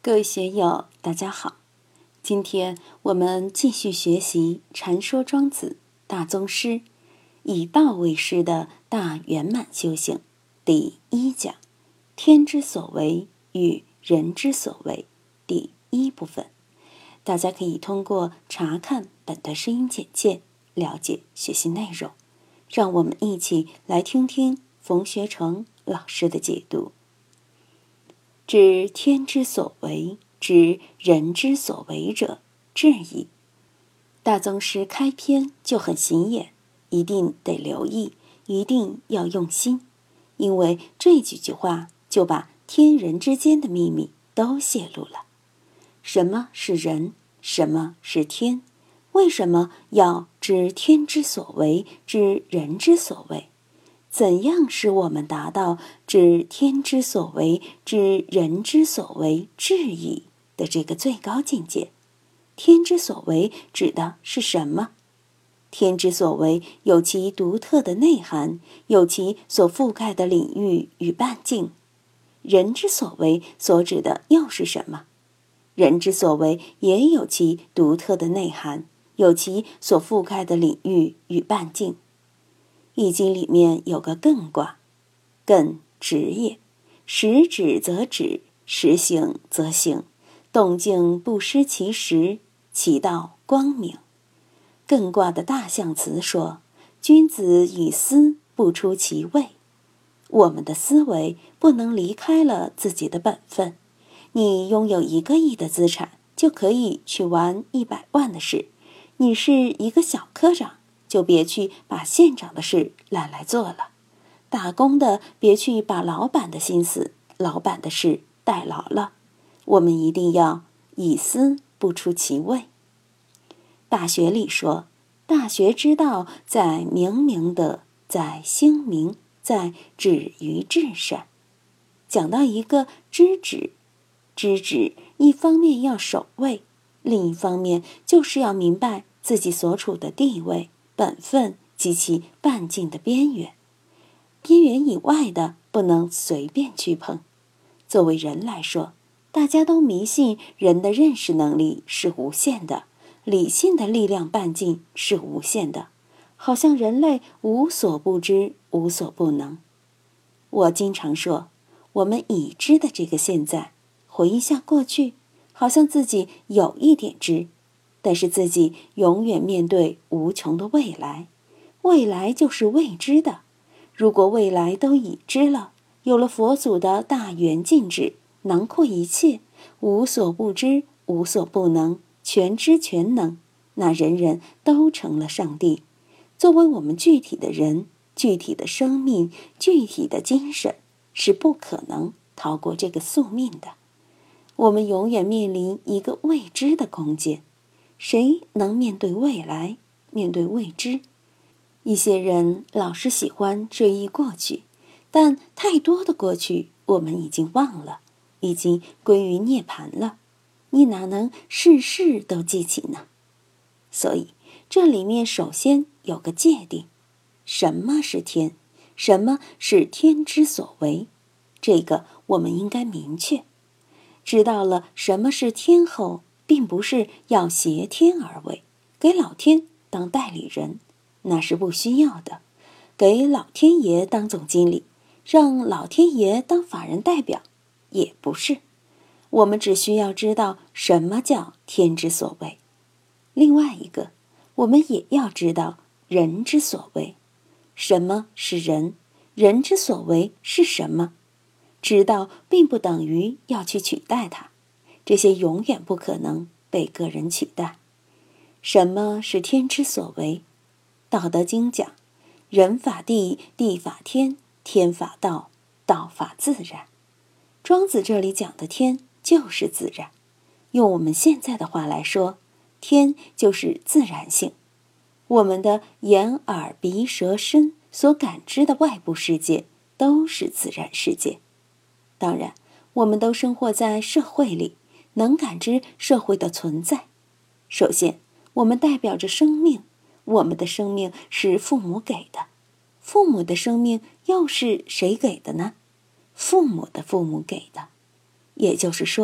各位学友，大家好！今天我们继续学习《禅说庄子》大宗师以道为师的大圆满修行第一讲“天之所为与人之所为”第一部分。大家可以通过查看本段声音简介了解学习内容。让我们一起来听听冯学成老师的解读。知天之所为，知人之所为者，至矣。大宗师开篇就很显眼，一定得留意，一定要用心，因为这几句话就把天人之间的秘密都泄露了。什么是人？什么是天？为什么要知天之所为，知人之所为？怎样使我们达到知天之所为，知人之所为，至矣的这个最高境界？天之所为指的是什么？天之所为有其独特的内涵，有其所覆盖的领域与半径。人之所为所指的又是什么？人之所为也有其独特的内涵，有其所覆盖的领域与半径。易经里面有个艮卦，艮止也，时止则止，时行则行，动静不失其时，其道光明。艮卦的大象辞说，君子以思不出其位。我们的思维不能离开了自己的本分。你拥有1个亿的资产，就可以去玩100万的事。你是一个小科长，就别去把县长的事揽来做了。打工的别去把老板的心思、老板的事代劳了。我们一定要以思不出其位。大学里说，大学之道在明明德，在兴明，在止于至善。讲到一个知止，知止一方面要守位，另一方面就是要明白自己所处的地位、本分及其半径的边缘。边缘以外的不能随便去碰。作为人来说，大家都迷信人的认识能力是无限的，理性的力量半径是无限的，好像人类无所不知，无所不能。我经常说，我们已知的这个现在，回忆下过去，好像自己有一点知，但是自己永远面对无穷的未来。未来就是未知的。如果未来都已知了，有了佛祖的大圆镜智，囊括一切，无所不知，无所不能，全知全能，那人人都成了上帝。作为我们具体的人，具体的生命，具体的精神，是不可能逃过这个宿命的。我们永远面临一个未知的空间。谁能面对未来，面对未知？一些人老是喜欢追忆过去，但太多的过去我们已经忘了，已经归于涅槃了。你哪能事事都记起呢？所以这里面首先有个界定，什么是天？什么是天之所为？这个我们应该明确。知道了什么是天后，并不是要挟天而为，给老天当代理人，那是不需要的。给老天爷当总经理，让老天爷当法人代表，也不是。我们只需要知道什么叫天之所为。另外一个，我们也要知道人之所为。什么是人？人之所为是什么？知道并不等于要去取代它，这些永远不可能被个人取代。什么是天之所为？道德经讲，人法地，地法天，天法道，道法自然。庄子这里讲的天就是自然。用我们现在的话来说，天就是自然性。我们的眼耳鼻舌身所感知的外部世界都是自然世界。当然，我们都生活在社会里，能感知社会的存在。首先，我们代表着生命，我们的生命是父母给的。父母的生命又是谁给的呢？父母的父母给的。也就是说，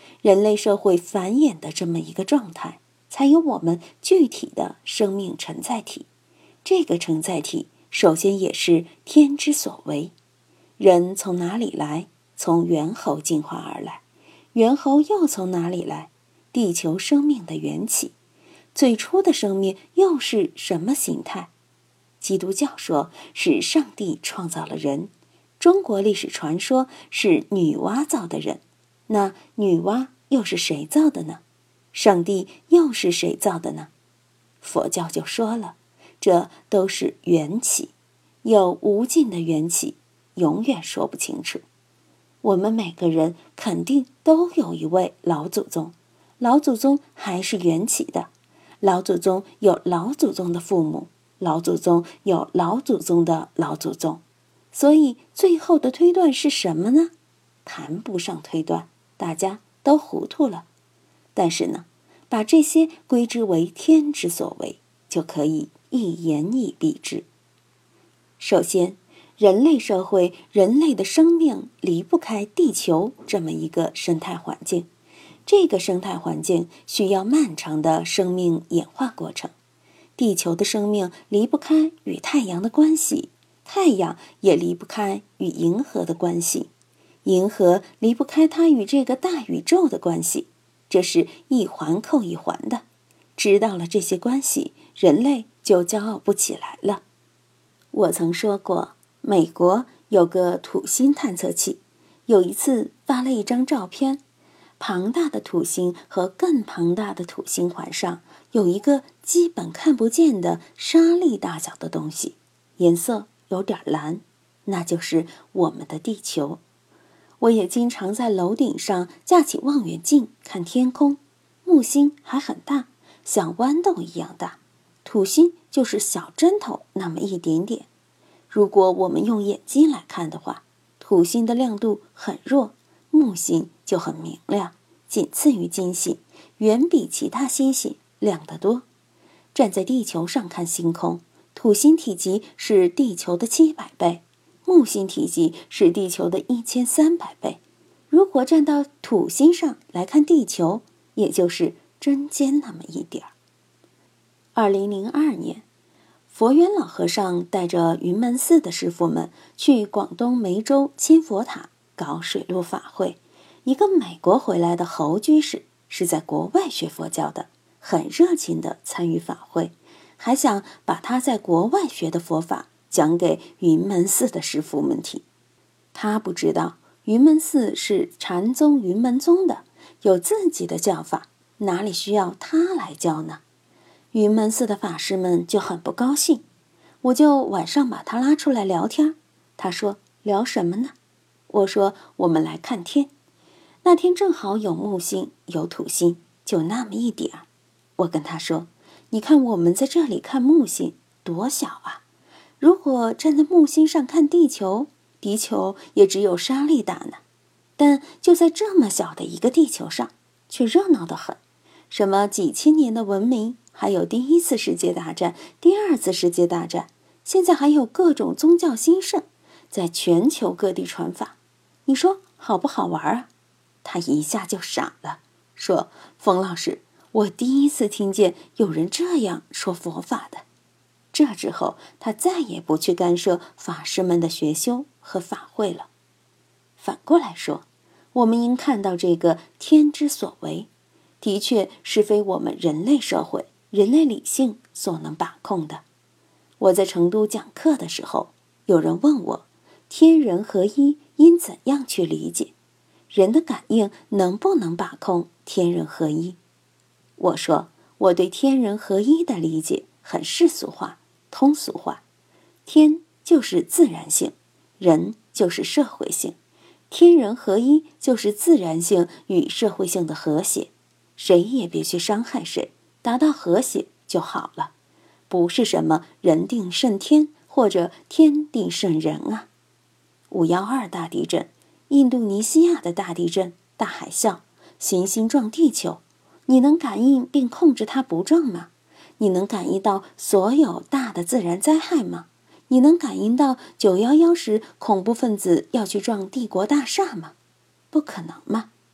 人类社会繁衍的这么一个状态，才有我们具体的生命承载体。这个承载体首先也是天之所为。人从哪里来？从猿猴进化而来。猿猴又从哪里来？地球生命的缘起。最初的生命又是什么形态？基督教说是上帝创造了人，中国历史传说是女娲造的人。那女娲又是谁造的呢？上帝又是谁造的呢？佛教就说了，这都是缘起，有无尽的缘起，永远说不清楚。我们每个人肯定都有一位老祖宗，老祖宗还是缘起的，老祖宗有老祖宗的父母，老祖宗有老祖宗的老祖宗。所以最后的推断是什么呢？谈不上推断，大家都糊涂了。但是呢，把这些归之为天之所为，就可以一言以蔽之。首先，人类社会，人类的生命离不开地球这么一个生态环境。这个生态环境需要漫长的生命演化过程。地球的生命离不开与太阳的关系，太阳也离不开与银河的关系，银河离不开它与这个大宇宙的关系。这是一环扣一环的。知道了这些关系，人类就骄傲不起来了。我曾说过，美国有个土星探测器，有一次发了一张照片，庞大的土星和更庞大的土星环上有一个基本看不见的沙粒大小的东西，颜色有点蓝，那就是我们的地球。我也经常在楼顶上架起望远镜看天空，木星还很大，像豌豆一样大，土星就是小针头那么一点点。如果我们用眼睛来看的话，土星的亮度很弱，木星就很明亮，仅次于金星，远比其他星星亮得多。站在地球上看星空，土星体积是地球的700倍，木星体积是地球的1300倍。如果站到土星上来看地球，也就是针尖那么一点儿。2002年，佛缘老和尚带着云门寺的师傅们去广东梅州千佛塔搞水陆法会。一个美国回来的侯居士是在国外学佛教的，很热情地参与法会，还想把他在国外学的佛法讲给云门寺的师傅们听。他不知道云门寺是禅宗云门宗的，有自己的教法，哪里需要他来教呢？云门寺的法师们就很不高兴，我就晚上把他拉出来聊天。他说聊什么呢？我说我们来看天。那天正好有木星有土星，就那么一点儿。我跟他说，你看我们在这里看木星多小啊，如果站在木星上看地球，地球也只有沙粒大呢。但就在这么小的一个地球上，却热闹得很。什么几千年的文明，还有第1次世界大战、第2次世界大战，现在还有各种宗教兴盛，在全球各地传法。你说好不好玩啊？他一下就傻了，说：冯老师，我第1次听见有人这样说佛法的。这之后，他再也不去干涉法师们的学修和法会了。反过来说，我们应看到这个天之所为，的确是非我们人类社会、人类理性所能把控的。我在成都讲课的时候，有人问我，天人合一应怎样去理解？人的感应能不能把控天人合一？我说，我对天人合一的理解很世俗化、通俗化。天就是自然性，人就是社会性。天人合一就是自然性与社会性的和谐，谁也别去伤害谁，达到和谐就好了。不是什么人定胜天或者天定胜人啊。5.12大地震，印度尼西亚的大地震、大海啸，行星撞地球，你能感应并控制它不撞吗？你能感应到所有大的自然灾害吗？你能感应到911时恐怖分子要去撞帝国大厦吗？不可能嘛。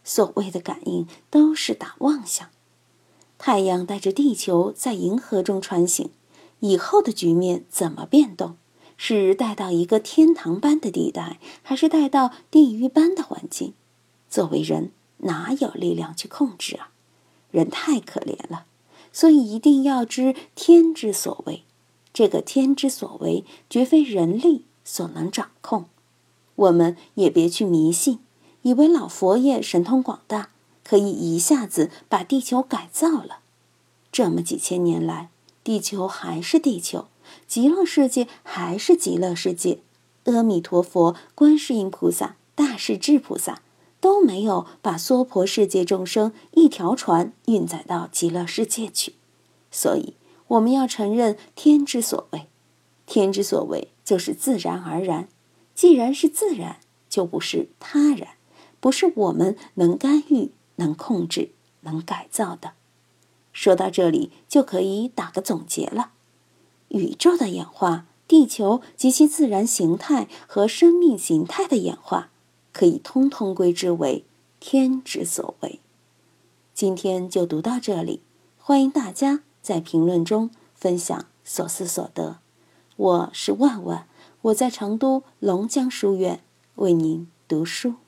所谓的感应都是打妄想。太阳带着地球在银河中穿行，以后的局面怎么变动？是带到一个天堂般的地带，还是带到地狱般的环境？作为人，哪有力量去控制啊？人太可怜了，所以一定要知天之所为。这个天之所为，绝非人力所能掌控。我们也别去迷信，以为老佛爷神通广大，可以一下子把地球改造了。这么几千年来，地球还是地球，极乐世界还是极乐世界。阿弥陀佛、观世音菩萨、大势至菩萨都没有把娑婆世界众生一条船运载到极乐世界去。所以我们要承认天之所为。天之所为就是自然而然，既然是自然，就不是他然，不是我们能干预、能控制、能改造的。说到这里，就可以打个总结了。宇宙的演化，地球及其自然形态和生命形态的演化，可以通通归之为天之所为。今天就读到这里，欢迎大家在评论中分享所思所得。我是万万，我在成都龙江书院为您读书。